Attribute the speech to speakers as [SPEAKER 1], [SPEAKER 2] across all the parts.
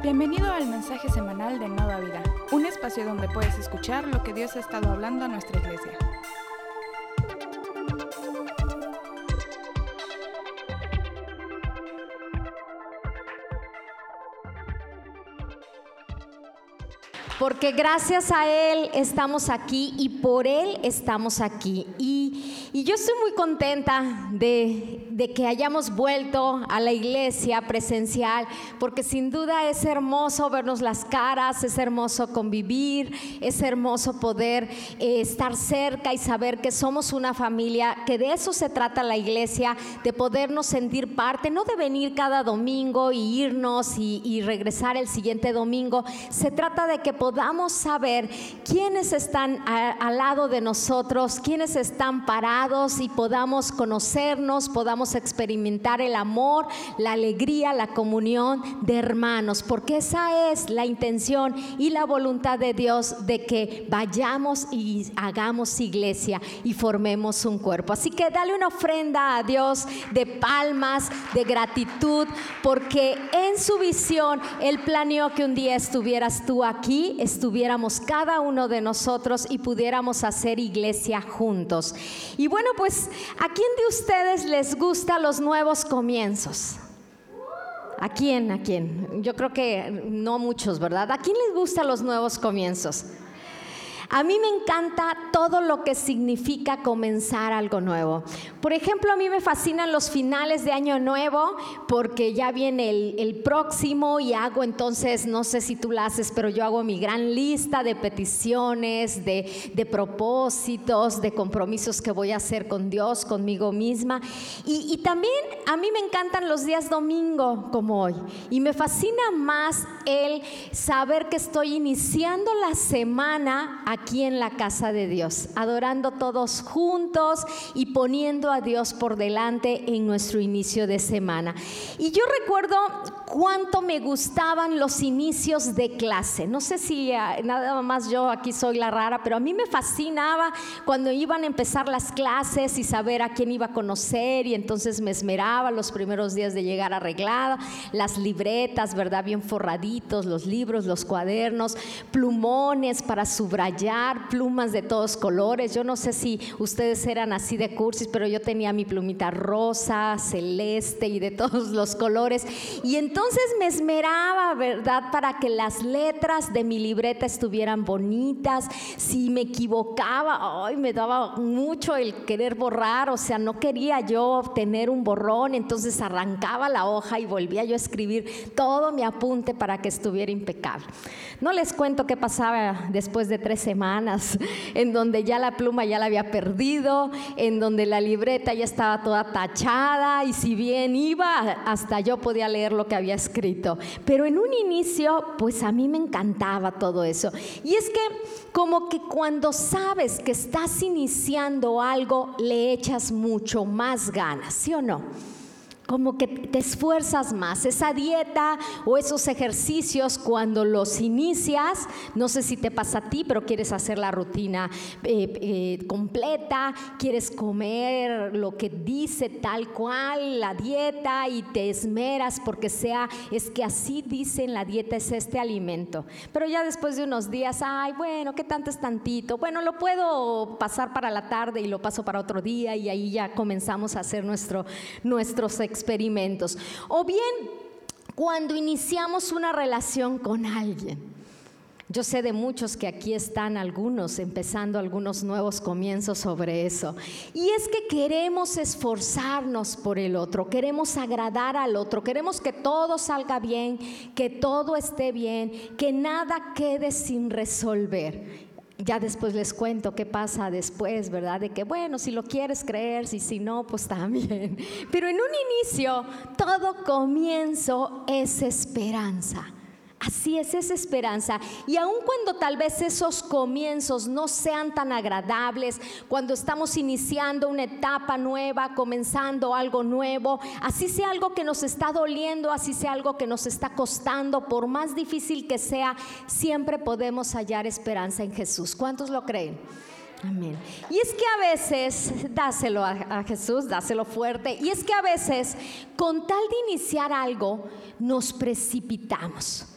[SPEAKER 1] Bienvenido al mensaje semanal de Nueva Vida, un espacio donde puedes escuchar lo que Dios ha estado hablando a nuestra iglesia.
[SPEAKER 2] Porque gracias a Él estamos aquí y por Él estamos aquí. Y yo estoy muy contenta de que hayamos vuelto a la iglesia presencial, porque sin duda es hermoso vernos las caras, es hermoso convivir, es hermoso poder estar cerca y saber que somos una familia, que de eso se trata la iglesia, de podernos sentir parte, no de venir cada domingo y irnos y regresar el siguiente domingo. Se trata de que podamos saber quiénes están al lado de nosotros, quiénes están parados y podamos conocernos, podamos experimentar el amor, la alegría, la comunión de hermanos, porque esa es la intención y la voluntad de Dios, de que vayamos y hagamos iglesia y formemos un cuerpo. Así que dale una ofrenda a Dios de palmas, de gratitud, porque en su visión Él planeó que un día estuvieras tú aquí, estuviéramos cada uno de nosotros y pudiéramos hacer iglesia juntos. Y bueno, pues, ¿a quién de ustedes les gustan los nuevos comienzos? ¿A quién? ¿A quién? Yo creo que no muchos, ¿verdad? ¿A quién les gustan los nuevos comienzos? A mí me encanta todo lo que significa comenzar algo nuevo. Por ejemplo, a mí me fascinan los finales de año nuevo, porque ya viene el próximo y hago entonces, no sé si tú la haces, pero yo hago mi gran lista de peticiones, de propósitos, de compromisos que voy a hacer con Dios, conmigo misma. Y también a mí me encantan los días domingo como hoy. Y me fascina más el saber que estoy iniciando la semana aquí en la casa de Dios, adorando todos juntos y poniendo a Dios por delante en nuestro inicio de semana. Y yo recuerdo cuánto me gustaban los inicios de clase. No sé si nada más yo aquí soy la rara, pero a mí me fascinaba cuando iban a empezar las clases y saber a quién iba a conocer, y entonces me esmeraba los primeros días de llegar arreglada, las libretas, ¿verdad? Bien forraditos, los libros, los cuadernos, plumones para subrayar, plumas de todos colores. Yo no sé si ustedes eran así de cursis, pero yo tenía mi plumita rosa, celeste y de todos los colores. Y entonces me esmeraba, ¿verdad?, para que las letras de mi libreta estuvieran bonitas. Si me equivocaba, me daba mucho el querer borrar, o sea, no quería yo tener un borrón, entonces arrancaba la hoja y volvía yo a escribir todo mi apunte para que estuviera impecable. No les cuento qué pasaba después de 3 semanas, en donde ya la pluma ya la había perdido, en donde la libreta ya estaba toda tachada, y si bien iba, hasta yo podía leer lo que había escrito. Pero en un inicio, pues a mí me encantaba todo eso. Y es que como que cuando sabes que estás iniciando algo, le echas mucho más ganas, ¿sí o no? Como que te esfuerzas más. Esa dieta o esos ejercicios, cuando los inicias, no sé si te pasa a ti, pero quieres hacer la rutina completa, quieres comer lo que dice tal cual la dieta y te esmeras porque es que así dice en la dieta, es este alimento. Pero ya después de unos días, bueno, ¿qué tanto es tantito? Bueno, lo puedo pasar para la tarde y lo paso para otro día, y ahí ya comenzamos a hacer nuestros experimentos. O bien cuando iniciamos una relación con alguien. Yo sé de muchos que aquí están algunos empezando algunos nuevos comienzos sobre eso. Y es que queremos esforzarnos por el otro, queremos agradar al otro, queremos que todo salga bien, que todo esté bien, que nada quede sin resolver. Ya después les cuento qué pasa después, ¿verdad? De que bueno, si lo quieres creer, si no, pues también. Pero en un inicio, todo comienzo es esperanza. Así es esperanza. Y aun cuando tal vez esos comienzos no sean tan agradables, cuando estamos iniciando una etapa nueva, comenzando algo nuevo, así sea algo que nos está doliendo, así sea algo que nos está costando, por más difícil que sea, siempre podemos hallar esperanza en Jesús. ¿Cuántos lo creen? Amén. Y es que a veces, dáselo a Jesús, dáselo fuerte, y es que a veces, con tal de iniciar algo, nos precipitamos.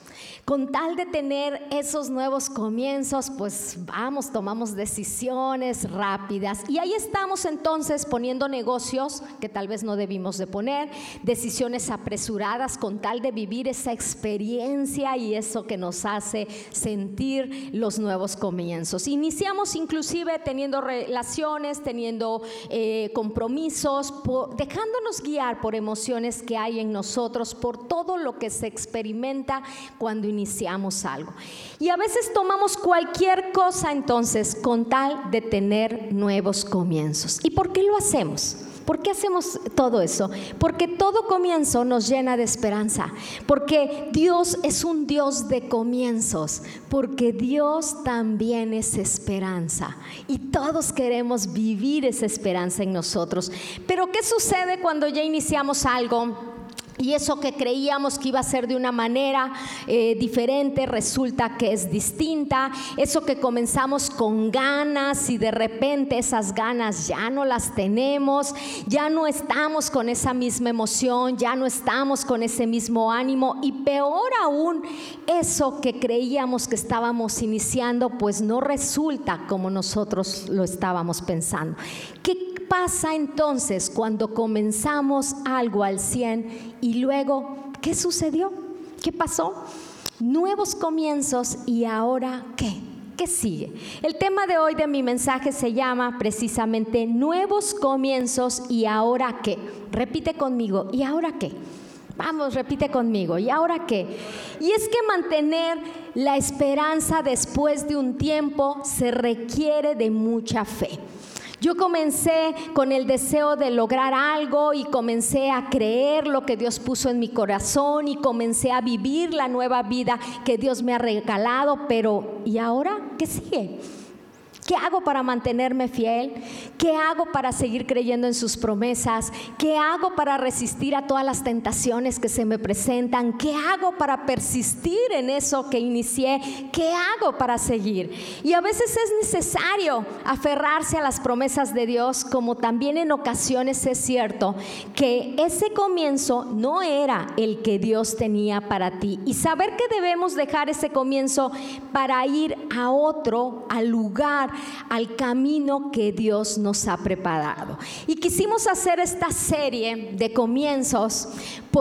[SPEAKER 2] Con tal de tener esos nuevos comienzos, pues vamos, tomamos decisiones rápidas y ahí estamos entonces poniendo negocios que tal vez no debimos de poner, decisiones apresuradas con tal de vivir esa experiencia y eso que nos hace sentir los nuevos comienzos. Iniciamos inclusive teniendo relaciones, teniendo compromisos, dejándonos guiar por emociones que hay en nosotros, por todo lo que se experimenta cuando iniciamos algo. Y a veces tomamos cualquier cosa entonces con tal de tener nuevos comienzos. ¿Y por qué lo hacemos? ¿Por qué hacemos todo eso? Porque todo comienzo nos llena de esperanza, porque Dios es un Dios de comienzos, porque Dios también es esperanza y todos queremos vivir esa esperanza en nosotros. Pero ¿qué sucede cuando ya iniciamos algo? Y eso que creíamos que iba a ser de una manera diferente, resulta que es distinta. Eso que comenzamos con ganas y de repente esas ganas ya no las tenemos, ya no estamos con esa misma emoción, ya no estamos con ese mismo ánimo. Y peor aún, eso que creíamos que estábamos iniciando, pues no resulta como nosotros lo estábamos pensando. ¿Qué pasa entonces cuando comenzamos algo al 100 y luego, ¿qué sucedió? ¿Qué pasó? Nuevos comienzos y ahora ¿qué? ¿Qué sigue? El tema de hoy de mi mensaje se llama precisamente nuevos comienzos y ahora ¿qué? Repite conmigo, ¿y ahora qué? Vamos, repite conmigo, ¿y ahora qué? Y es que mantener la esperanza después de un tiempo se requiere de mucha fe. Yo comencé con el deseo de lograr algo y comencé a creer lo que Dios puso en mi corazón y comencé a vivir la nueva vida que Dios me ha regalado, pero ¿y ahora qué sigue? ¿Qué hago para mantenerme fiel? ¿Qué hago para seguir creyendo en sus promesas? ¿Qué hago para resistir a todas las tentaciones que se me presentan? ¿Qué hago para persistir en eso que inicié? ¿Qué hago para seguir? Y a veces es necesario aferrarse a las promesas de Dios, como también en ocasiones es cierto que ese comienzo no era el que Dios tenía para ti. Y saber que debemos dejar ese comienzo para ir a otro, al lugar, al camino que Dios nos ha preparado. Y quisimos hacer esta serie de comienzos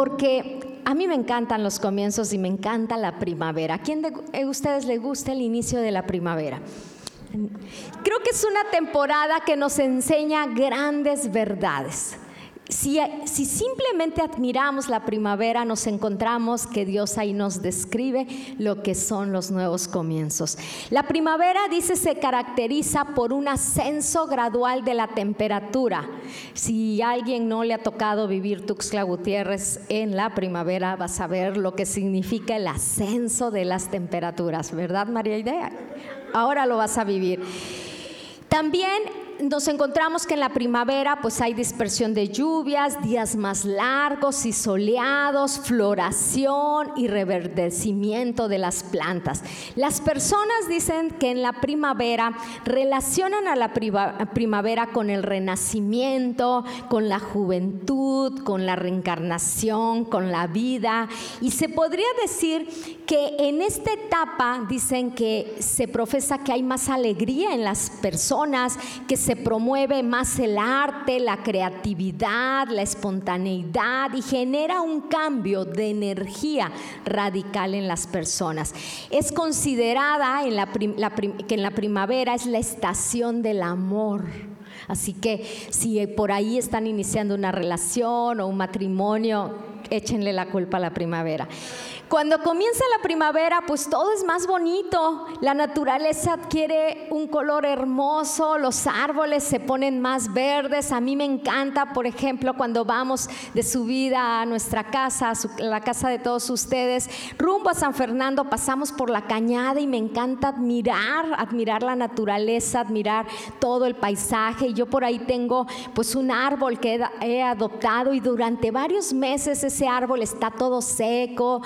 [SPEAKER 2] porque a mí me encantan los comienzos y me encanta la primavera. ¿A quién de ustedes le gusta el inicio de la primavera? Creo que es una temporada que nos enseña grandes verdades. Si simplemente admiramos la primavera, nos encontramos que Dios ahí nos describe lo que son los nuevos comienzos. La primavera, dice, se caracteriza por un ascenso gradual de la temperatura. Si a alguien no le ha tocado vivir Tuxtla Gutiérrez en la primavera, vas a ver lo que significa el ascenso de las temperaturas, ¿verdad, María Idea? Ahora lo vas a vivir. También nos encontramos que en la primavera pues hay dispersión de lluvias, días más largos y soleados, floración y reverdecimiento de las plantas. Las personas dicen que en la primavera relacionan a la primavera con el renacimiento, con la juventud, con la reencarnación, con la vida, y se podría decir que en esta etapa dicen que se profesa que hay más alegría en las personas, que se promueve más el arte, la creatividad, la espontaneidad y genera un cambio de energía radical en las personas. Es considerada que en la primavera es la estación del amor. Así que si por ahí están iniciando una relación o un matrimonio, échenle la culpa a la primavera. Cuando comienza la primavera, pues todo es más bonito, la naturaleza adquiere un color hermoso, los árboles se ponen más verdes. A mí me encanta, por ejemplo, cuando vamos de subida a nuestra casa, a la casa de todos ustedes, rumbo a San Fernando, pasamos por la cañada y me encanta admirar la naturaleza, admirar todo el paisaje. Y yo por ahí tengo pues un árbol que he adoptado y durante varios meses ese árbol está todo seco,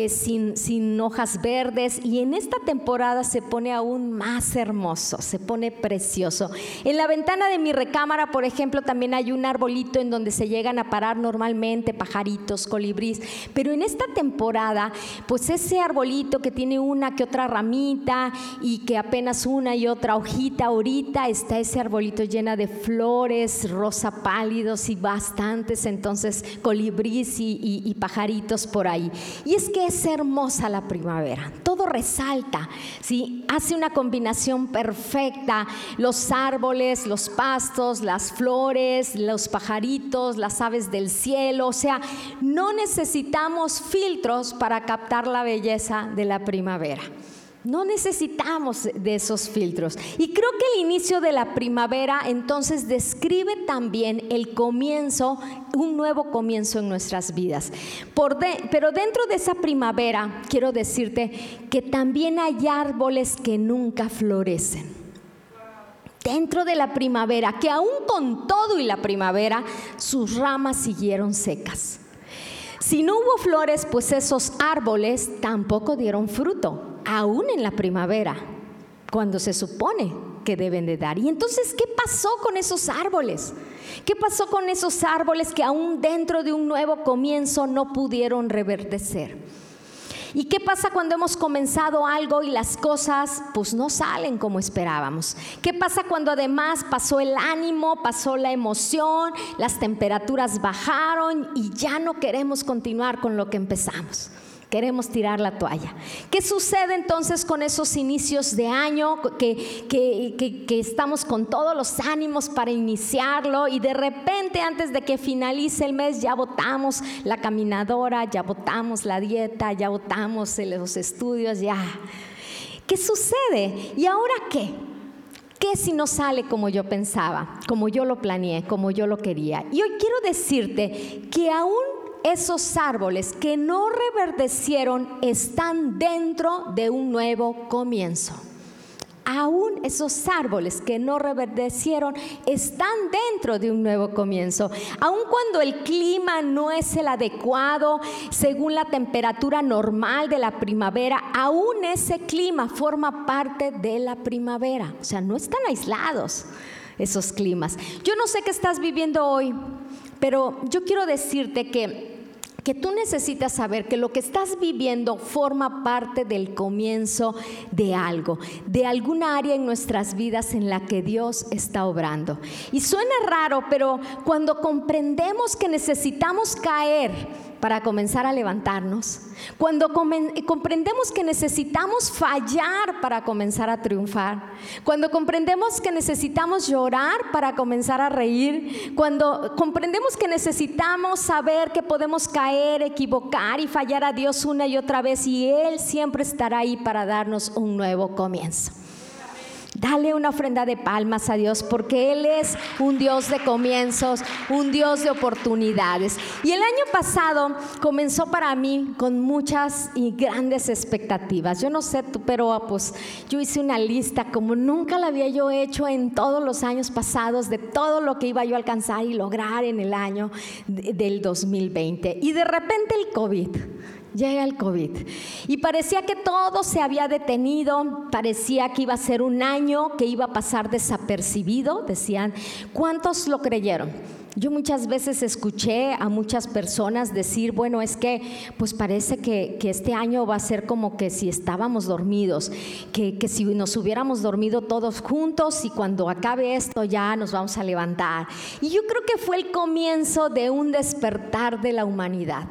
[SPEAKER 2] sin hojas verdes, y en esta temporada se pone aún más hermoso, se pone precioso. En la ventana de mi recámara, por ejemplo, también hay un arbolito en donde se llegan a parar normalmente pajaritos, colibrís, pero en esta temporada, pues ese arbolito que tiene una que otra ramita y que apenas una y otra hojita, ahorita está ese arbolito llena de flores, rosa pálidos y bastantes entonces colibrís y pajaritos por ahí. Y es que es hermosa la primavera, todo resalta, ¿sí? Hace una combinación perfecta, los árboles, los pastos, las flores, los pajaritos, las aves del cielo, o sea, no necesitamos filtros para captar la belleza de la primavera. No necesitamos de esos filtros. Y creo que el inicio de la primavera entonces describe también el comienzo, un nuevo comienzo en nuestras vidas. Pero dentro de esa primavera quiero decirte que también hay árboles que nunca florecen. Dentro de la primavera, que aún con todo y la primavera, sus ramas siguieron secas. Si no hubo flores, pues esos árboles tampoco dieron fruto, aún en la primavera, cuando se supone que deben de dar. Y entonces, ¿qué pasó con esos árboles? ¿Qué pasó con esos árboles que aún dentro de un nuevo comienzo no pudieron reverdecer? ¿Y qué pasa cuando hemos comenzado algo y las cosas pues no salen como esperábamos? ¿Qué pasa cuando además pasó el ánimo, pasó la emoción, las temperaturas bajaron y ya no queremos continuar con lo que empezamos? Queremos tirar la toalla. ¿Qué sucede entonces con esos inicios de año que estamos con todos los ánimos para iniciarlo y de repente antes de que finalice el mes ya botamos la caminadora, ya botamos la dieta, ya botamos los estudios, ya? ¿Qué sucede? ¿Y ahora qué? ¿Qué si no sale como yo pensaba, como yo lo planeé, como yo lo quería? Y hoy quiero decirte que aún esos árboles que no reverdecieron están dentro de un nuevo comienzo. Aún esos árboles que no reverdecieron están dentro de un nuevo comienzo. Aun cuando el clima no es el adecuado según la temperatura normal de la primavera, aún ese clima forma parte de la primavera. O sea, no están aislados esos climas. Yo no sé qué estás viviendo hoy, pero yo quiero decirte que tú necesitas saber que lo que estás viviendo forma parte del comienzo de algo, de alguna área en nuestras vidas en la que Dios está obrando. Y suena raro, pero cuando comprendemos que necesitamos caer para comenzar a levantarnos, cuando comprendemos que necesitamos fallar para comenzar a triunfar, cuando comprendemos que necesitamos llorar para comenzar a reír, cuando comprendemos que necesitamos saber que podemos caer, equivocar y fallar a Dios una y otra vez y Él siempre estará ahí para darnos un nuevo comienzo. Dale una ofrenda de palmas a Dios porque Él es un Dios de comienzos, un Dios de oportunidades. Y el año pasado comenzó para mí con muchas y grandes expectativas. Yo no sé tú, pero pues yo hice una lista como nunca la había yo hecho en todos los años pasados de todo lo que iba yo a alcanzar y lograr en el año del 2020. Y de repente el COVID. Llega el COVID y parecía que todo se había detenido, parecía que iba a ser un año que iba a pasar desapercibido, decían. ¿Cuántos lo creyeron? Yo muchas veces escuché a muchas personas decir, bueno, es que pues parece que este año va a ser como que si estábamos dormidos, que si nos hubiéramos dormido todos juntos y cuando acabe esto ya nos vamos a levantar. Y yo creo que fue el comienzo de un despertar de la humanidad.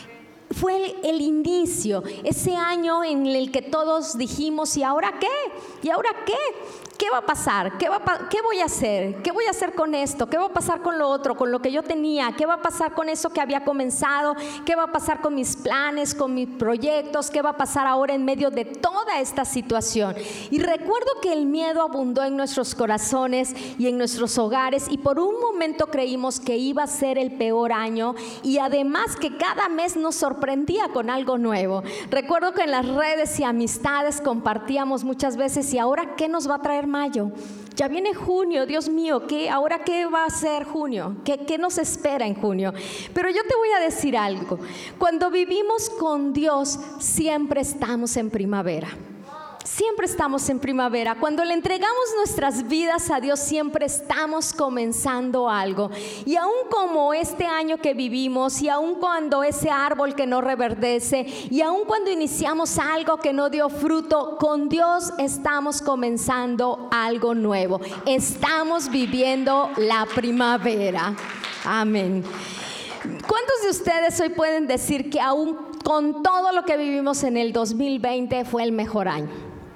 [SPEAKER 2] Fue el inicio, ese año en el que todos dijimos, ¿y ahora qué? ¿Y ahora qué? ¿Qué va a pasar? ¿Qué voy a hacer? ¿Qué voy a hacer con esto? ¿Qué va a pasar con lo otro? ¿Con lo que yo tenía? ¿Qué va a pasar con eso que había comenzado? ¿Qué va a pasar con mis planes, con mis proyectos? ¿Qué va a pasar ahora en medio de toda esta situación? Y recuerdo que el miedo abundó en nuestros corazones y en nuestros hogares y por un momento creímos que iba a ser el peor año y además que cada mes nos sorprendía con algo nuevo. Recuerdo que en las redes y amistades compartíamos muchas veces, ¿y ahora qué nos va a traer mayo, ya viene junio, Dios mío, ¿ahora qué va a ser junio? ¿Qué nos espera en junio? Pero yo te voy a decir algo, cuando vivimos con Dios siempre estamos en primavera. Siempre estamos en primavera. Cuando le entregamos nuestras vidas a Dios, siempre estamos comenzando algo. Y aun como este año que vivimos, y aun cuando ese árbol que no reverdece, y aun cuando iniciamos algo que no dio fruto, con Dios estamos comenzando algo nuevo. Estamos viviendo la primavera. Amén. ¿Cuántos de ustedes hoy pueden decir que aún con todo lo que vivimos en el 2020 fue el mejor año?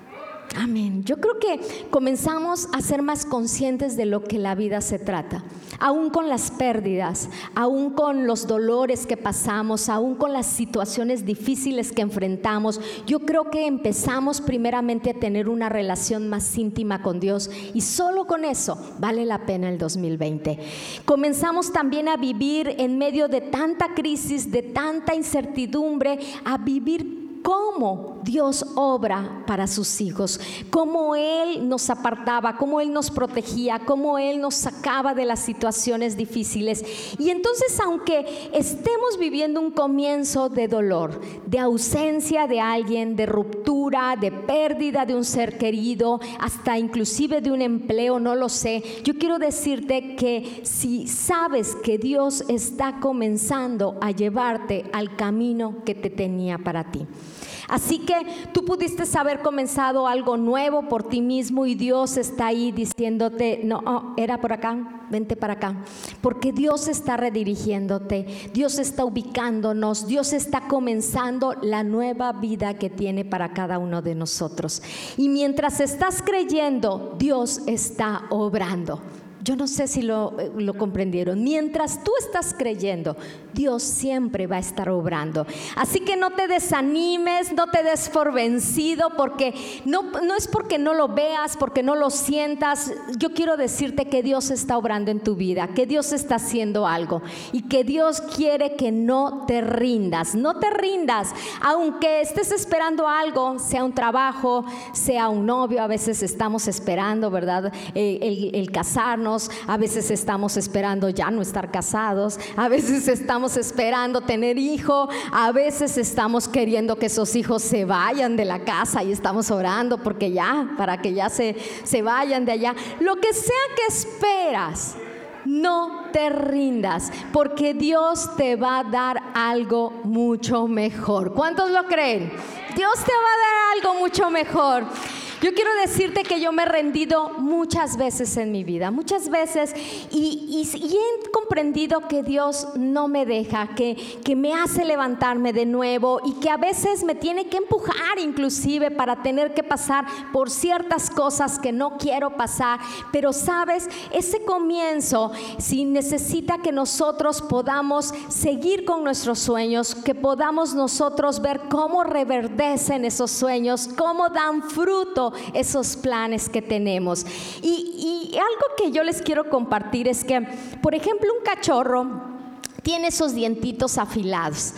[SPEAKER 2] Amén. Yo creo que comenzamos a ser más conscientes de lo que la vida se trata, aún con las pérdidas, aún con los dolores que pasamos, aún con las situaciones difíciles que enfrentamos. Yo creo que empezamos primeramente a tener una relación más íntima con Dios, y solo con eso vale la pena el 2020. Comenzamos también a vivir en medio de tanta crisis, de tanta incertidumbre, a vivir cómo Dios obra para sus hijos, cómo Él nos apartaba, cómo Él nos protegía, cómo Él nos sacaba de las situaciones difíciles. Y entonces, aunque estemos viviendo un comienzo de dolor, de ausencia de alguien, de ruptura, de pérdida de un ser querido, hasta inclusive de un empleo, no lo sé, yo quiero decirte que si sabes que Dios está comenzando a llevarte al camino que te tenía para ti. Así que tú pudiste haber comenzado algo nuevo por ti mismo, y Dios está ahí diciéndote, no, era por acá, vente para acá, porque Dios está redirigiéndote, Dios está ubicándonos, Dios está comenzando la nueva vida que tiene para cada uno de nosotros. Y mientras estás creyendo, Dios está obrando. Yo no sé si lo comprendieron. Mientras tú estás creyendo, Dios siempre va a estar obrando. Así que no te desanimes, no te des por vencido, porque no es porque no lo veas, porque no lo sientas. Yo quiero decirte que Dios está obrando en tu vida, que Dios está haciendo algo, y que Dios quiere que no te rindas. No te rindas, aunque estés esperando algo, sea un trabajo, sea un novio. A veces estamos esperando, ¿verdad? El casarnos. A veces estamos esperando ya no estar casados, a veces estamos esperando tener hijo, a veces estamos queriendo que esos hijos se vayan de la casa y estamos orando porque para que ya se vayan de allá. Lo que sea que esperas, no te rindas, porque Dios te va a dar algo mucho mejor. ¿Cuántos lo creen? Dios te va a dar algo mucho mejor. Yo quiero decirte que yo me he rendido muchas veces en mi vida, muchas veces, y he comprendido que Dios no me deja, que me hace levantarme de nuevo, y que a veces me tiene que empujar inclusive para tener que pasar por ciertas cosas que no quiero pasar. Pero sabes, ese comienzo si necesita que nosotros podamos seguir con nuestros sueños, que podamos nosotros ver cómo reverdecen esos sueños, cómo dan fruto esos planes que tenemos. Y algo que yo les quiero compartir es que, por ejemplo, un cachorro tiene esos dientitos afilados.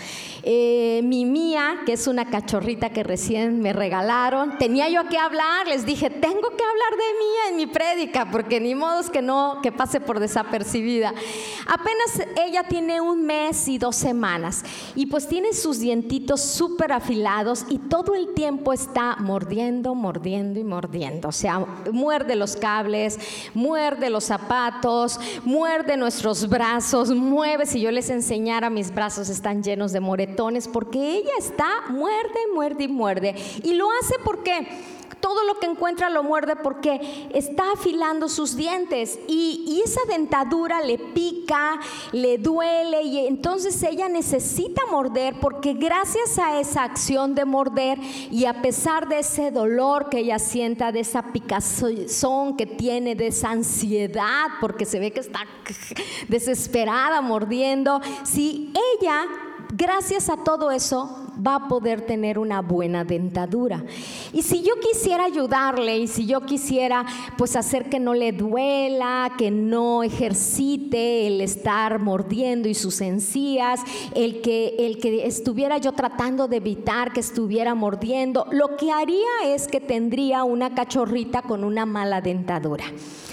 [SPEAKER 2] Mi Mía, que es una cachorrita que recién me regalaron, tenía yo que hablar, les dije, tengo que hablar de Mía en mi prédica, porque ni modo que pase por desapercibida. Apenas ella tiene 1 mes y 2 semanas, y pues tiene sus dientitos súper afilados, y todo el tiempo está mordiendo y mordiendo. O sea, muerde los cables, muerde los zapatos, muerde nuestros brazos, mueve. Si yo les enseñara, mis brazos están llenos de moretones, porque ella está muerde y muerde. Y lo hace porque todo lo que encuentra lo muerde, porque está afilando sus dientes, y esa dentadura le pica, le duele, y entonces ella necesita morder, porque gracias a esa acción de morder, y a pesar de ese dolor que ella sienta, de esa picazón que tiene, de esa ansiedad, porque se ve que está desesperada mordiendo, si ella, gracias a todo eso, va a poder tener una buena dentadura. Y si yo quisiera ayudarle, y si yo quisiera pues hacer que no le duela, que no ejercite el estar mordiendo y sus encías, el que estuviera yo tratando de evitar que estuviera mordiendo, lo que haría es que tendría una cachorrita con una mala dentadura.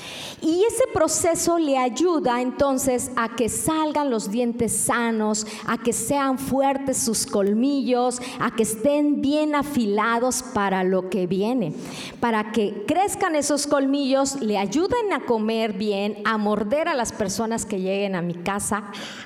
[SPEAKER 2] Y ese proceso le ayuda entonces a que salgan los dientes sanos, a que sean fuertes sus colmillos, a que estén bien afilados para lo que viene, para que crezcan esos colmillos, le ayuden a comer bien, a morder a las personas que lleguen a mi casa.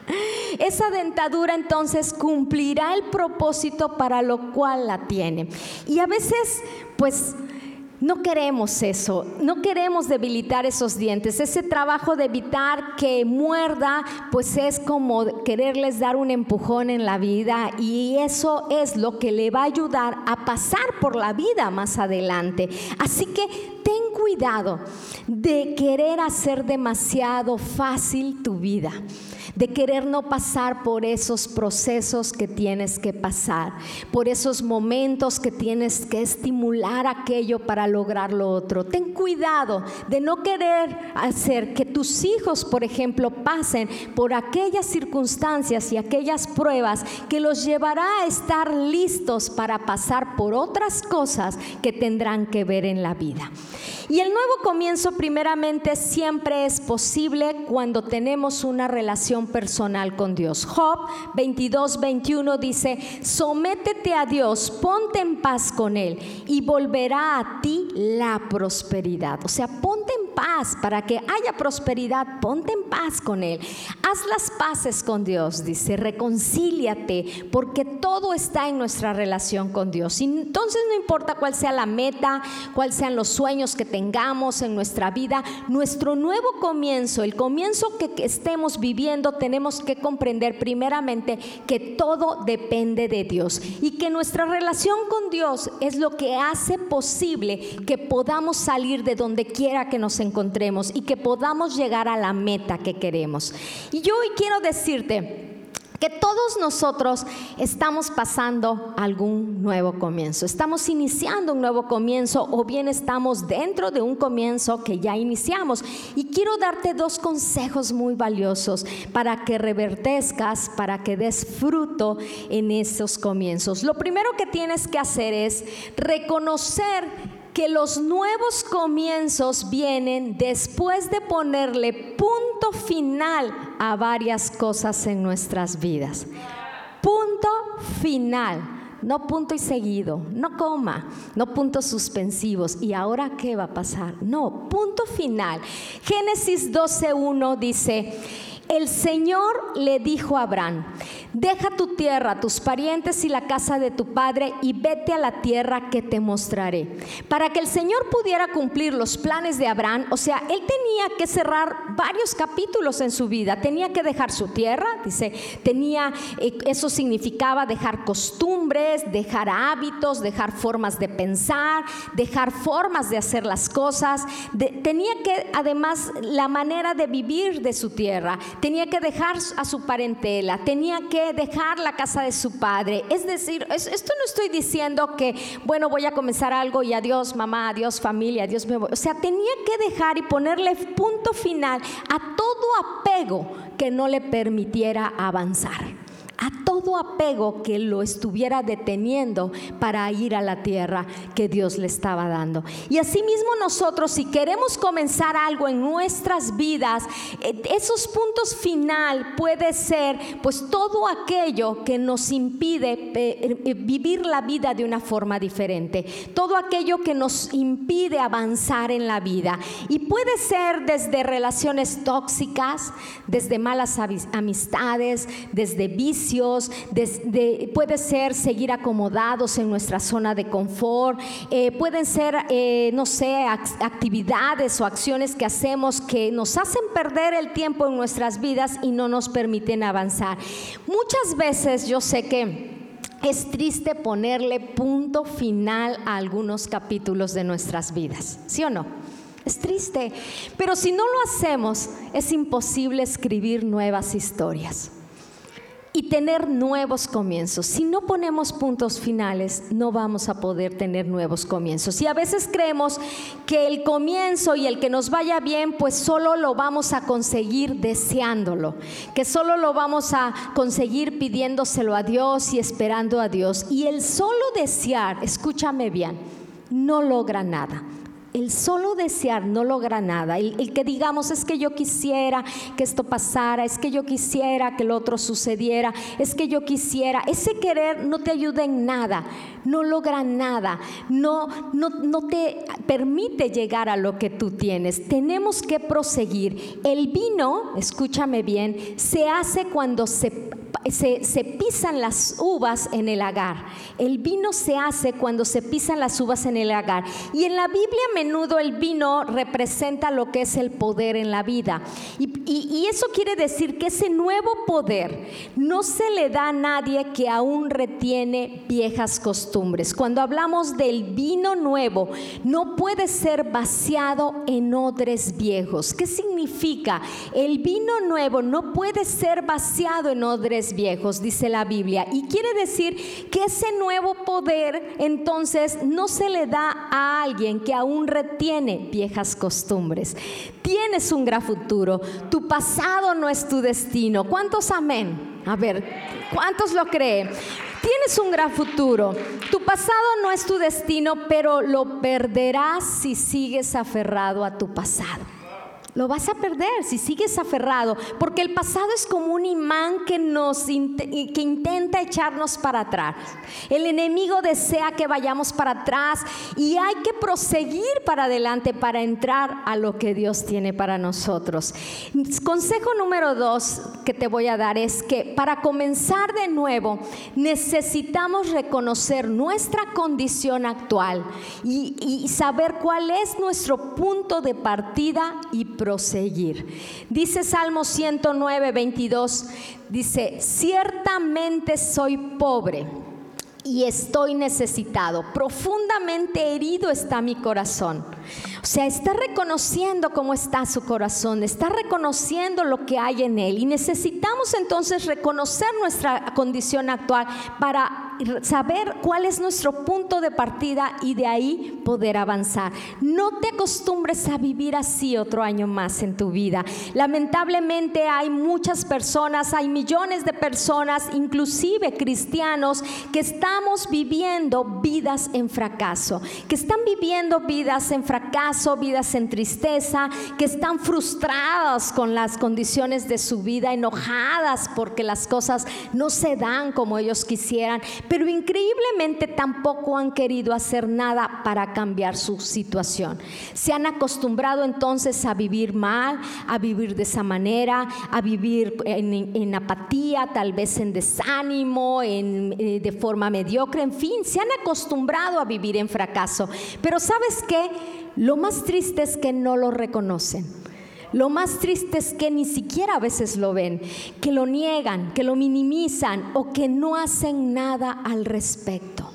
[SPEAKER 2] Esa dentadura entonces cumplirá el propósito para lo cual la tiene. Y a veces pues no queremos eso, no queremos debilitar esos dientes. Ese trabajo de evitar que muerda, pues es como quererles dar un empujón en la vida, y eso es lo que le va a ayudar a pasar por la vida más adelante. Así que ten cuidado de querer hacer demasiado fácil tu vida, de querer no pasar por esos procesos que tienes que pasar, por esos momentos que tienes que estimular aquello para lograr lo otro. Ten cuidado de no querer hacer que tus hijos, por ejemplo, pasen por aquellas circunstancias y aquellas pruebas que los llevará a estar listos para pasar por otras cosas que tendrán que ver en la vida. Y el nuevo comienzo primeramente siempre es posible cuando tenemos una relación personal con Dios. Job 22:21 dice: sométete a Dios, ponte en paz con Él y volverá a ti la prosperidad. O sea, ponte en paz. Para que haya prosperidad, ponte en paz con Él. Haz las paces con Dios, dice, reconcíliate, porque todo está en nuestra relación con Dios. Y entonces no importa cuál sea la meta, cuáles sean los sueños que tengamos en nuestra vida, nuestro nuevo comienzo, el comienzo que estemos viviendo, tenemos que comprender primeramente que todo depende de Dios, y que nuestra relación con Dios es lo que hace posible que podamos salir de donde quiera que nos encontremos y que podamos llegar a la meta que queremos. Y yo hoy quiero decirte que todos nosotros estamos pasando algún nuevo comienzo, estamos iniciando un nuevo comienzo, o bien estamos dentro de un comienzo que ya iniciamos. Y quiero darte dos consejos muy valiosos para que revertezcas, para que des fruto en esos comienzos. Lo primero que tienes que hacer es reconocer que los nuevos comienzos vienen después de ponerle punto final a varias cosas en nuestras vidas. Punto final, no punto y seguido, no coma, no puntos suspensivos. ¿Y ahora qué va a pasar? No, punto final. Génesis 12:1 dice: el Señor le dijo a Abraham: deja tu tierra, tus parientes y la casa de tu padre, y vete a la tierra que te mostraré. Para que el Señor pudiera cumplir los planes de Abraham, o sea, él tenía que cerrar varios capítulos en su vida. Tenía que dejar su tierra, dice, eso significaba dejar costumbres, dejar hábitos, dejar formas de pensar, dejar formas de hacer las cosas. Tenía que, además, la manera de vivir de su tierra. Tenía que dejar a su parentela, tenía que dejar la casa de su padre. Es decir, esto no estoy diciendo que, bueno, voy a comenzar algo y adiós mamá, adiós familia, adiós me voy. O sea, tenía que dejar y ponerle punto final a todo apego que no le permitiera avanzar, a todo apego que lo estuviera deteniendo para ir a la tierra que Dios le estaba dando. Y asimismo nosotros, si queremos comenzar algo en nuestras vidas, esos puntos final puede ser pues todo aquello que nos impide vivir la vida de una forma diferente, todo aquello que nos impide avanzar en la vida. Y puede ser desde relaciones tóxicas, desde malas amistades, desde vicios, puede ser seguir acomodados en nuestra zona de confort, pueden ser, no sé, actividades o acciones que hacemos que nos hacen perder el tiempo en nuestras vidas y no nos permiten avanzar. Muchas veces yo sé que es triste ponerle punto final a algunos capítulos de nuestras vidas, ¿sí o no? Es triste, pero si no lo hacemos, es imposible escribir nuevas historias. y tener nuevos comienzos. Si no ponemos puntos finales, no vamos a poder tener nuevos comienzos. Y a veces creemos que el comienzo y el que nos vaya bien, pues solo lo vamos a conseguir deseándolo, que solo lo vamos a conseguir pidiéndoselo a Dios y esperando a Dios. Y el solo desear, escúchame bien, no logra nada. El solo desear no logra nada. El que digamos, es que yo quisiera que esto pasara, es que yo quisiera que lo otro sucediera, es que yo quisiera, ese querer no te ayuda en nada, no logra nada, no te permite llegar a lo que tú tienes. Tenemos que proseguir. El vino, escúchame bien, se hace cuando se pisan las uvas en el agar. El vino se hace cuando se pisan las uvas en el agar. Y en la Biblia a menudo el vino representa lo que es el poder en la vida. Y eso quiere decir que ese nuevo poder no se le da a nadie que aún retiene viejas costumbres. Cuando hablamos del vino nuevo, no puede ser vaciado en odres viejos. ¿Qué significa? El vino nuevo no puede ser vaciado en odres viejos, dice la Biblia, y quiere decir que ese nuevo poder entonces no se le da a alguien que aún retiene viejas costumbres. Tienes un gran futuro, tu pasado no es tu destino. ¿Cuántos amén? A ver, ¿cuántos lo creen? Tienes un gran futuro, tu pasado no es tu destino, pero lo perderás si sigues aferrado a tu pasado. Lo vas a perder si sigues aferrado, porque el pasado es como un imán que intenta echarnos para atrás. El enemigo desea que vayamos para atrás y hay que proseguir para adelante para entrar a lo que Dios tiene para nosotros. Consejo número 2 que te voy a dar es que para comenzar de nuevo necesitamos reconocer nuestra condición actual y saber cuál es nuestro punto de partida y proseguir. Dice Salmo 109, 22, dice: ciertamente soy pobre y estoy necesitado, profundamente herido está mi corazón. O sea, está reconociendo cómo está su corazón, está reconociendo lo que hay en él, y necesitamos entonces reconocer nuestra condición actual para saber cuál es nuestro punto de partida y de ahí poder avanzar. No te acostumbres a vivir así otro año más en tu vida. Lamentablemente hay muchas personas, hay millones de personas, inclusive cristianos, que estamos viviendo vidas en fracaso, que están viviendo vidas en fracaso, vidas en tristeza, que están frustradas con las condiciones de su vida, enojadas porque las cosas no se dan como ellos quisieran, pero increíblemente tampoco han querido hacer nada para cambiar su situación. Se han acostumbrado entonces a vivir mal, a vivir de esa manera, a vivir en apatía, tal vez en desánimo, de forma mediocre, en fin, se han acostumbrado a vivir en fracaso. Pero ¿sabes qué? Lo más triste es que no lo reconocen. Lo más triste es que ni siquiera a veces lo ven, que lo niegan, que lo minimizan o que no hacen nada al respecto.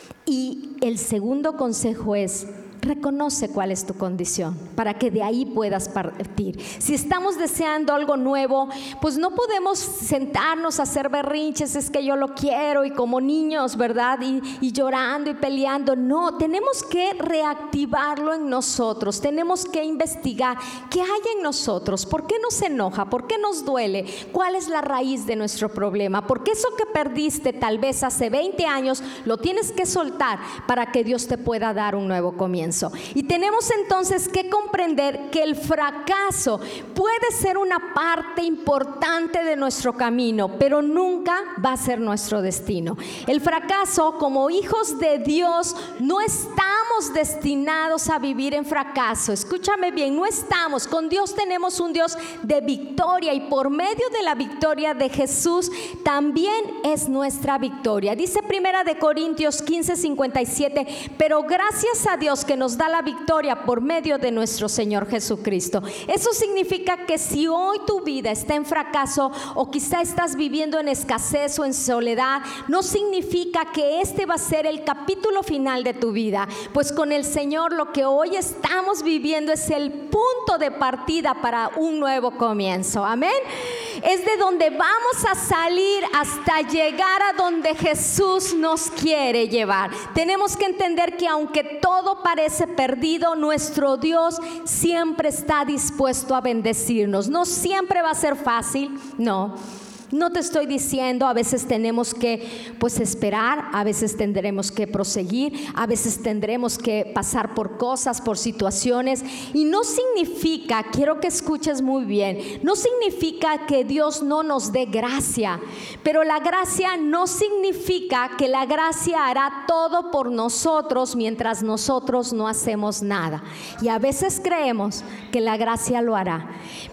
[SPEAKER 2] Y el segundo consejo es: reconoce cuál es tu condición para que de ahí puedas partir. Si estamos deseando algo nuevo, pues no podemos sentarnos a hacer berrinches, es que yo lo quiero, y como niños, ¿verdad? Y llorando y peleando. No, tenemos que reactivarlo en nosotros, tenemos que investigar qué hay en nosotros, por qué nos enoja, por qué nos duele, cuál es la raíz de nuestro problema, porque eso que perdiste tal vez hace 20 años lo tienes que soltar para que Dios te pueda dar un nuevo comienzo. Y tenemos entonces que comprender que el fracaso puede ser una parte importante de nuestro camino, pero nunca va a ser nuestro destino. El fracaso, como hijos de Dios, no estamos destinados a vivir en fracaso. Escúchame bien, no estamos. Con Dios tenemos un Dios de victoria, y por medio de la victoria de Jesús también es nuestra victoria. Dice 1 Corintios 15:57, pero gracias a Dios que nos da la victoria por medio de nuestro Señor Jesucristo. Eso significa que si hoy tu vida está en fracaso o quizá estás viviendo en escasez o en soledad, no significa que este va a ser el capítulo final de tu vida, pues con el Señor lo que hoy estamos viviendo es el punto de partida para un nuevo comienzo. Amén. Es de donde vamos a salir hasta llegar a donde Jesús nos quiere llevar. Tenemos que entender que aunque todo parece perdido, nuestro Dios siempre está dispuesto a bendecirnos. No siempre va a ser fácil, no te estoy diciendo, a veces tenemos que esperar, a veces tendremos que proseguir, a veces tendremos que pasar por cosas, por situaciones, y no significa, quiero que escuches muy bien, no significa que Dios no nos dé gracia, pero la gracia no significa que la gracia hará todo por nosotros mientras nosotros no hacemos nada, y a veces creemos que la gracia lo hará.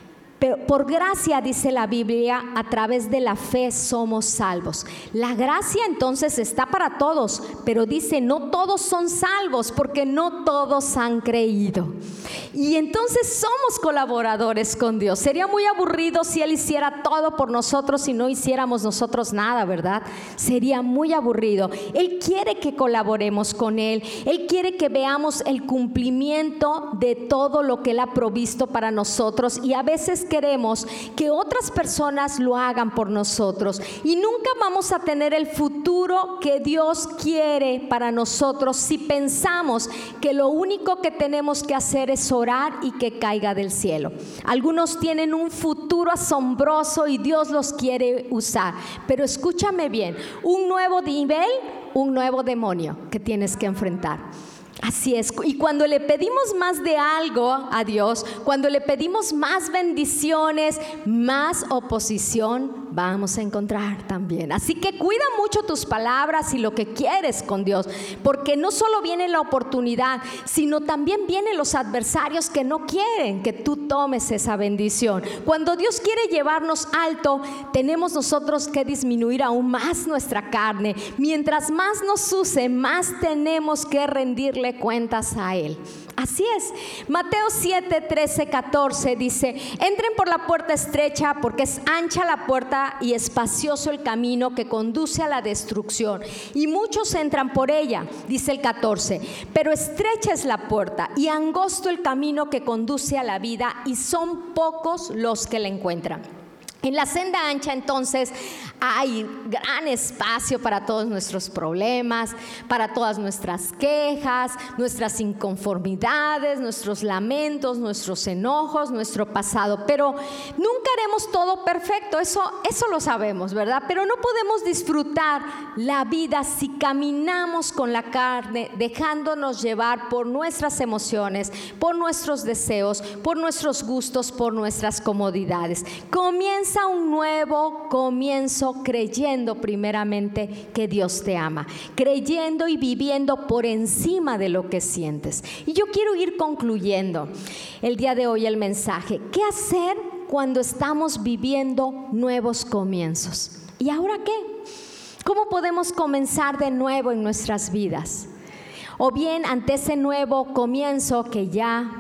[SPEAKER 2] Pero por gracia, dice la Biblia, a través de la fe somos salvos. La gracia entonces está para todos, pero dice no todos son salvos porque no todos han creído. Y entonces somos colaboradores con Dios. Sería muy aburrido si Él hiciera todo por nosotros y no hiciéramos nosotros nada, ¿verdad? Sería muy aburrido. Él quiere que colaboremos con Él. Él quiere que veamos el cumplimiento de todo lo que Él ha provisto para nosotros, y a veces queremos que otras personas lo hagan por nosotros y nunca vamos a tener el futuro que Dios quiere para nosotros si pensamos que lo único que tenemos que hacer es orar y que caiga del cielo. Algunos tienen un futuro asombroso y Dios los quiere usar, pero escúchame bien, un nuevo nivel, un nuevo demonio que tienes que enfrentar. Así es, y cuando le pedimos más de algo a Dios, cuando le pedimos más bendiciones, más oposición vamos a encontrar también. Así que cuida mucho tus palabras y lo que quieres con Dios, porque no solo viene la oportunidad, sino también vienen los adversarios que no quieren que tú tomes esa bendición. Cuando Dios quiere llevarnos alto, tenemos nosotros que disminuir aún más nuestra carne. Mientras más nos use, más tenemos que rendirle cuentas a Él. Así es. Mateo 7, 13, 14 dice: entren por la puerta estrecha, porque es ancha la puerta y espacioso el camino que conduce a la destrucción, y muchos entran por ella. Dice el 14: pero estrecha es la puerta y angosto el camino que conduce a la vida, y son pocos los que la encuentran. En la senda ancha entonces hay gran espacio para todos nuestros problemas, para todas nuestras quejas, nuestras inconformidades, nuestros lamentos, nuestros enojos, nuestro pasado. Pero nunca haremos todo perfecto, eso lo sabemos, ¿verdad? Pero no podemos disfrutar la vida si caminamos con la carne, dejándonos llevar por nuestras emociones, por nuestros deseos, por nuestros gustos, por nuestras comodidades. Comienza un nuevo comienzo creyendo primeramente que Dios te ama, creyendo y viviendo por encima de lo que sientes. Y yo quiero ir concluyendo el día de hoy el mensaje. ¿Qué hacer cuando estamos viviendo nuevos comienzos? ¿Y ahora qué? ¿Cómo podemos comenzar de nuevo en nuestras vidas? O bien ante ese nuevo comienzo que ya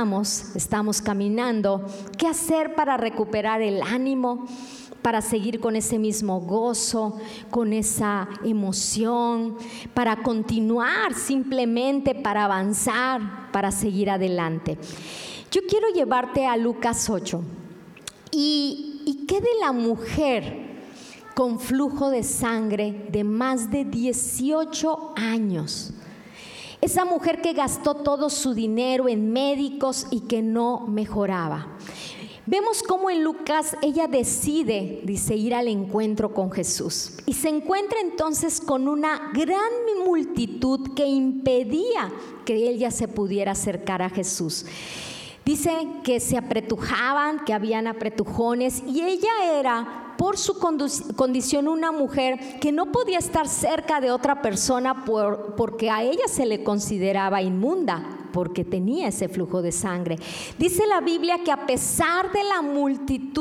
[SPEAKER 2] estamos caminando, ¿qué hacer para recuperar el ánimo, para seguir con ese mismo gozo, con esa emoción, para continuar simplemente, para avanzar, para seguir adelante? Yo quiero llevarte a Lucas 8. ¿Y qué de la mujer con flujo de sangre de más de 18 años? Esa mujer que gastó todo su dinero en médicos y que no mejoraba. Vemos cómo en Lucas ella decide, dice, ir al encuentro con Jesús. Y se encuentra entonces con una gran multitud que impedía que ella se pudiera acercar a Jesús. Dice que se apretujaban, que habían apretujones, y ella era, por su condición, una mujer que no podía estar cerca de otra persona porque a ella se le consideraba inmunda, porque tenía ese flujo de sangre. Dice la Biblia que a pesar de la multitud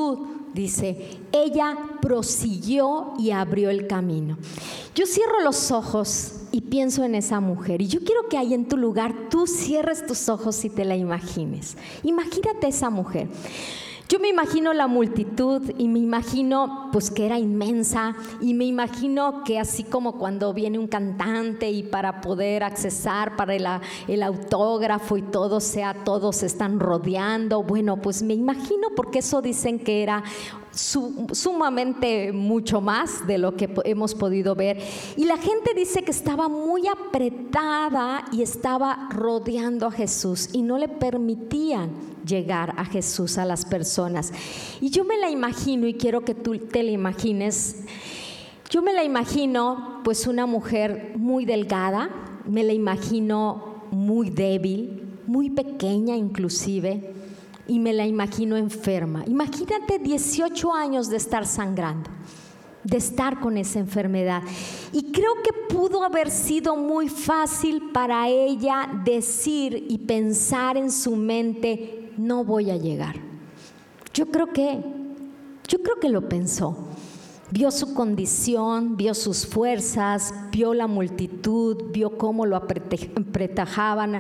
[SPEAKER 2] dice, ella prosiguió y abrió el camino. Yo cierro los ojos y pienso en esa mujer, y yo quiero que ahí en tu lugar tú cierres tus ojos y te la imagines. Imagínate esa mujer. Yo me imagino la multitud y me imagino pues que era inmensa, y me imagino que así como cuando viene un cantante y para poder accesar para el autógrafo y todo, todos están rodeando. Bueno, pues me imagino, porque eso dicen que era sumamente mucho más de lo que hemos podido ver, y la gente dice que estaba muy apretada y estaba rodeando a Jesús y no le permitían llegar a Jesús a las personas. Y yo me la imagino, y quiero que tú te la imagines, yo me la imagino pues una mujer muy delgada, me la imagino muy débil, muy pequeña inclusive, y me la imagino enferma. Imagínate 18 años de estar sangrando, de estar con esa enfermedad. Y creo que pudo haber sido muy fácil para ella decir y pensar en su mente: no voy a llegar. Yo creo que lo pensó. Vio su condición, vio sus fuerzas, vio la multitud, vio cómo lo apretujaban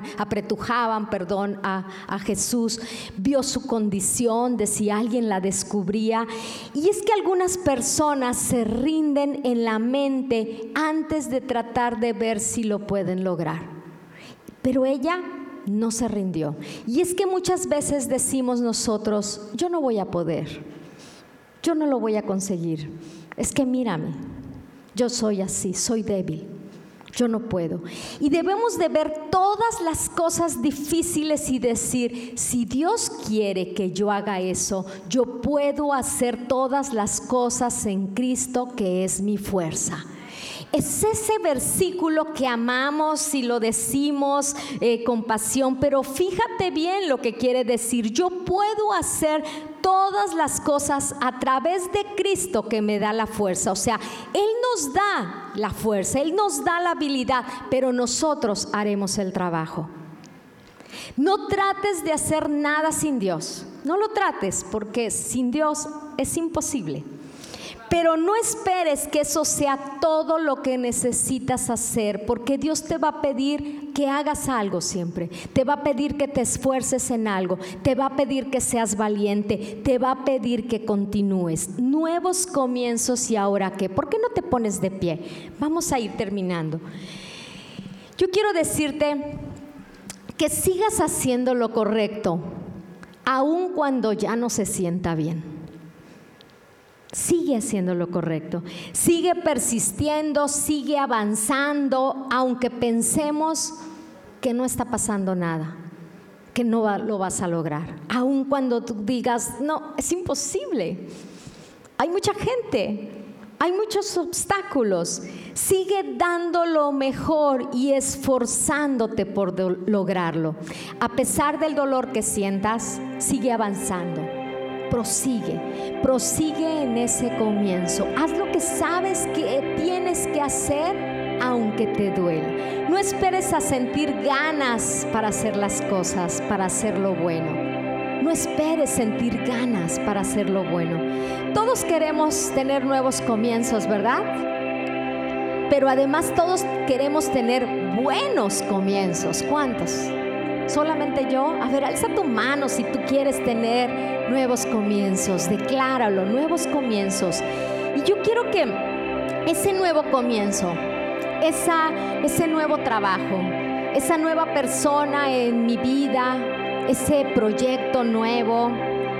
[SPEAKER 2] a Jesús, vio su condición de si alguien la descubría. Y es que algunas personas se rinden en la mente antes de tratar de ver si lo pueden lograr. Pero ella no se rindió. Y es que muchas veces decimos nosotros: yo no voy a poder, yo no lo voy a conseguir. Es que mírame, yo soy así, soy débil, yo no puedo. Y debemos de ver todas las cosas difíciles y decir: si Dios quiere que yo haga eso, yo puedo hacer todas las cosas en Cristo, que es mi fuerza. Es ese versículo que amamos y lo decimos con pasión, pero fíjate bien lo que quiere decir: yo puedo hacer todas las cosas a través de Cristo que me da la fuerza. O sea, Él nos da la fuerza, Él nos da la habilidad, pero nosotros haremos el trabajo. No trates de hacer nada sin Dios, no lo trates, porque sin Dios es imposible. Pero no esperes que eso sea todo lo que necesitas hacer, porque Dios te va a pedir que hagas algo siempre. Te va a pedir que te esfuerces en algo, te va a pedir que seas valiente, te va a pedir que continúes. Nuevos comienzos. ¿Y ahora qué? ¿Por qué no te pones de pie? Vamos a ir terminando. Yo quiero decirte que sigas haciendo lo correcto, aun cuando ya no se sienta bien. Sigue haciendo lo correcto, sigue persistiendo, sigue avanzando, aunque pensemos que no está pasando nada, que no lo vas a lograr. Aun cuando tú digas: no, es imposible, hay mucha gente, hay muchos obstáculos. Sigue dando lo mejor y esforzándote por lograrlo. A pesar del dolor que sientas, sigue avanzando. Prosigue en ese comienzo. Haz lo que sabes que tienes que hacer, aunque te duele. No esperes a sentir ganas para hacer las cosas, para hacer lo bueno. No esperes sentir ganas para hacer lo bueno. Todos queremos tener nuevos comienzos, ¿verdad? Pero además todos queremos tener buenos comienzos. ¿Cuántos? ¿Solamente yo? A ver, alza tu mano si tú quieres tener nuevos comienzos. Decláralo, nuevos comienzos. Y yo quiero que ese nuevo comienzo, ese nuevo trabajo, esa nueva persona en mi vida, ese proyecto nuevo,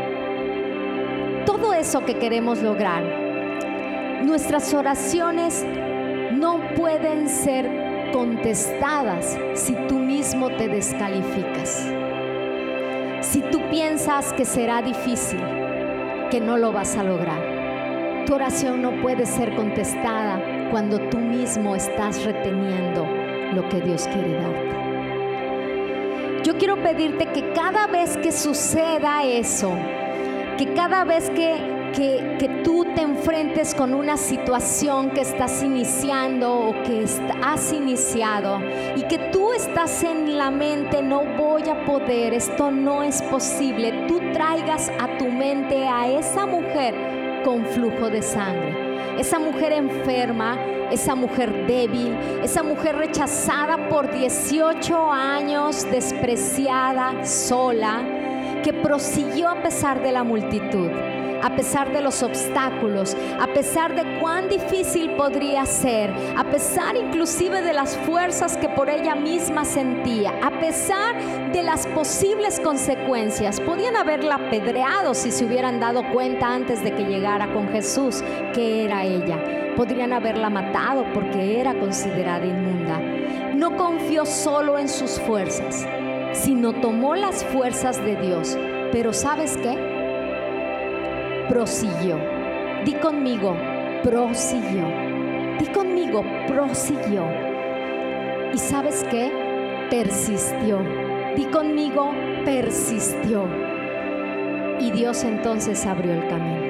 [SPEAKER 2] todo eso que queremos lograr, nuestras oraciones no pueden ser contestadas si tú mismo te descalificas. Si tú piensas que será difícil, que no lo vas a lograr, tu oración no puede ser contestada cuando tú mismo estás reteniendo lo que Dios quiere darte. Yo quiero pedirte que cada vez que suceda eso, que cada vez que que tú te enfrentes con una situación que estás iniciando o que has iniciado y que tú estás en la mente, no voy a poder, esto no es posible, tú traigas a tu mente a esa mujer con flujo de sangre, esa mujer enferma, esa mujer débil, esa mujer rechazada por 18 años, despreciada, sola, que prosiguió a pesar de la multitud, a pesar de los obstáculos, a pesar de cuán difícil podría ser, a pesar inclusive de las fuerzas que por ella misma sentía, a pesar de las posibles consecuencias. Podían haberla apedreado si se hubieran dado cuenta antes de que llegara con Jesús que era ella. Podrían haberla matado porque era considerada inmunda. No confió solo en sus fuerzas, sino tomó las fuerzas de Dios. Pero ¿sabes qué? Prosiguió. Di conmigo, prosiguió. Di conmigo, prosiguió. ¿Y sabes qué? Persistió. Di conmigo, persistió. Y Dios entonces abrió el camino.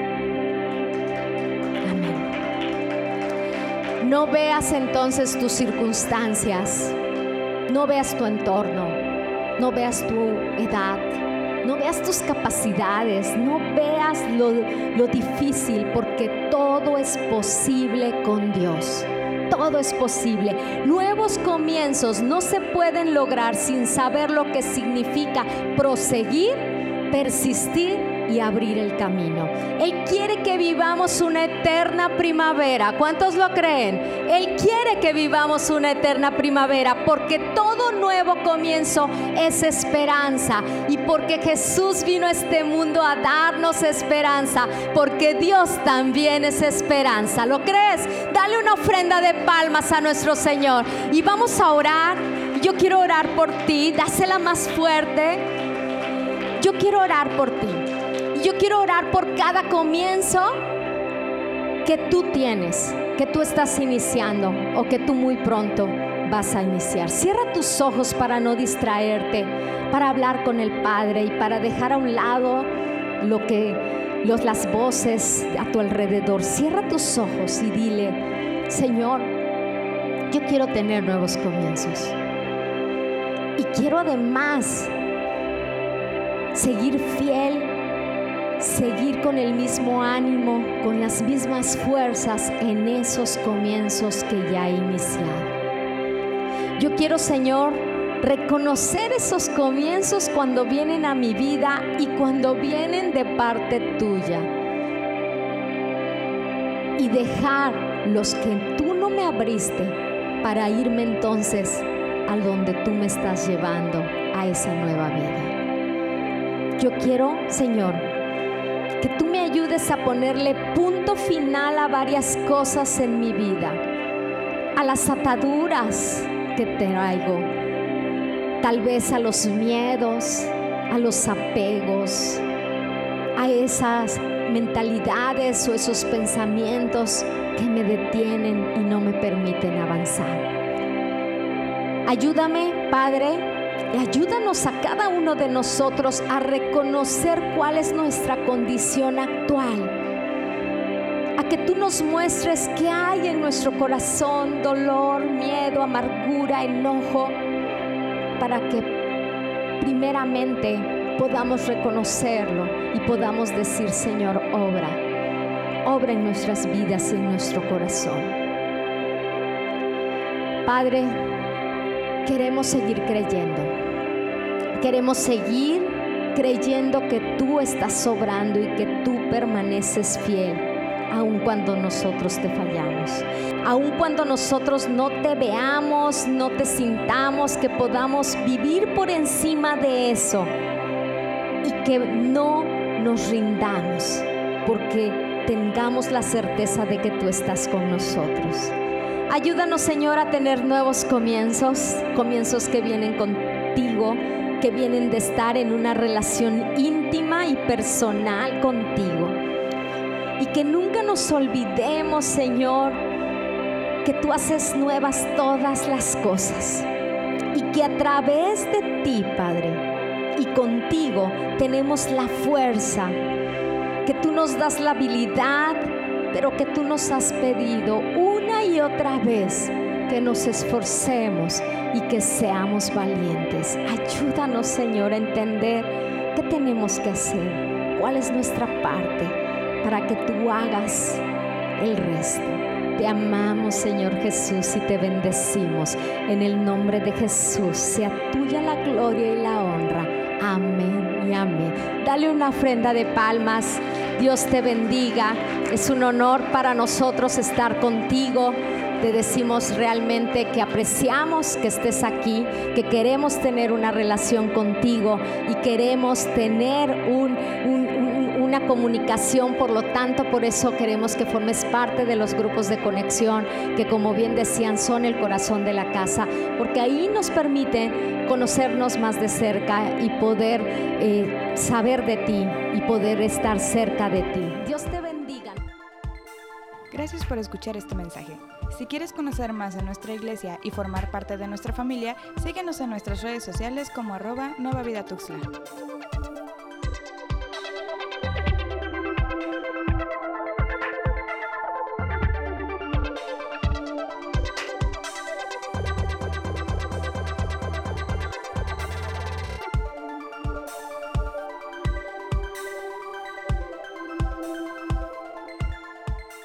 [SPEAKER 2] Amén. No veas entonces tus circunstancias, no veas tu entorno, no veas tu edad, no veas tus capacidades, no veas lo difícil, porque todo es posible con Dios. Todo es posible. Nuevos comienzos no se pueden lograr sin saber lo que significa proseguir, persistir y abrir el camino. Él quiere que vivamos una eterna primavera. ¿Cuántos lo creen? Él quiere que vivamos una eterna primavera, porque todo nuevo comienzo es esperanza, y porque Jesús vino a este mundo a darnos esperanza, porque Dios también es esperanza. ¿Lo crees? Dale una ofrenda de palmas a nuestro Señor y vamos a orar. Yo quiero orar por ti. Dásela más fuerte. Yo quiero orar por ti. Yo quiero orar por cada comienzo que tú tienes, que tú estás iniciando o que tú muy pronto vas a iniciar. Cierra tus ojos para no distraerte, para hablar con el Padre y para dejar a un lado las voces a tu alrededor. Cierra tus ojos y dile: Señor, yo quiero tener nuevos comienzos y quiero además seguir fiel, seguir con el mismo ánimo, con las mismas fuerzas en esos comienzos que ya he iniciado. Yo quiero, Señor, reconocer esos comienzos cuando vienen a mi vida y cuando vienen de parte tuya, y dejar los que tú no me abriste para irme entonces a donde tú me estás llevando, a esa nueva vida. Yo quiero, Señor, que tú me ayudes a ponerle punto final a varias cosas en mi vida, a las ataduras que traigo, tal vez a los miedos, a los apegos, a esas mentalidades o esos pensamientos que me detienen y no me permiten avanzar. Ayúdame, Padre, y ayúdanos a cada uno de nosotros a reconocer cuál es nuestra condición actual, a que tú nos muestres qué hay en nuestro corazón: dolor, miedo, amargura, enojo, para que primeramente podamos reconocerlo y podamos decir: Señor, obra en nuestras vidas y en nuestro corazón. Padre, queremos seguir creyendo. Queremos seguir creyendo que tú estás obrando y que tú permaneces fiel, aun cuando nosotros te fallamos, aun cuando nosotros no te veamos, no te sintamos, que podamos vivir por encima de eso y que no nos rindamos, porque tengamos la certeza de que tú estás con nosotros. Ayúdanos, Señor, a tener nuevos comienzos que vienen contigo, que vienen de estar en una relación íntima y personal contigo. Y que nunca nos olvidemos, Señor, que tú haces nuevas todas las cosas. Y que a través de ti, Padre, y contigo tenemos la fuerza, que que tú nos das la habilidad, pero que tú nos has pedido una y otra vez que nos esforcemos y que seamos valientes. Ayúdanos, Señor, a entender qué tenemos que hacer, cuál es nuestra parte para que tú hagas el resto. Te amamos, Señor Jesús, y te bendecimos. En el nombre de Jesús, sea tuya la gloria y la honra. Amén y amén. Dale una ofrenda de palmas. Dios te bendiga. Es un honor para nosotros estar contigo. Te decimos realmente que apreciamos que estés aquí, que queremos tener una relación contigo y queremos tener una comunicación. Por lo tanto, por eso queremos que formes parte de los grupos de conexión, que como bien decían, son el corazón de la casa, porque ahí nos permiten conocernos más de cerca y poder saber de ti y poder estar cerca de ti. Dios te bendiga.
[SPEAKER 1] Gracias por escuchar este mensaje. Si quieres conocer más de nuestra iglesia y formar parte de nuestra familia, síguenos en nuestras redes sociales como @Nueva Vida Tuxtla.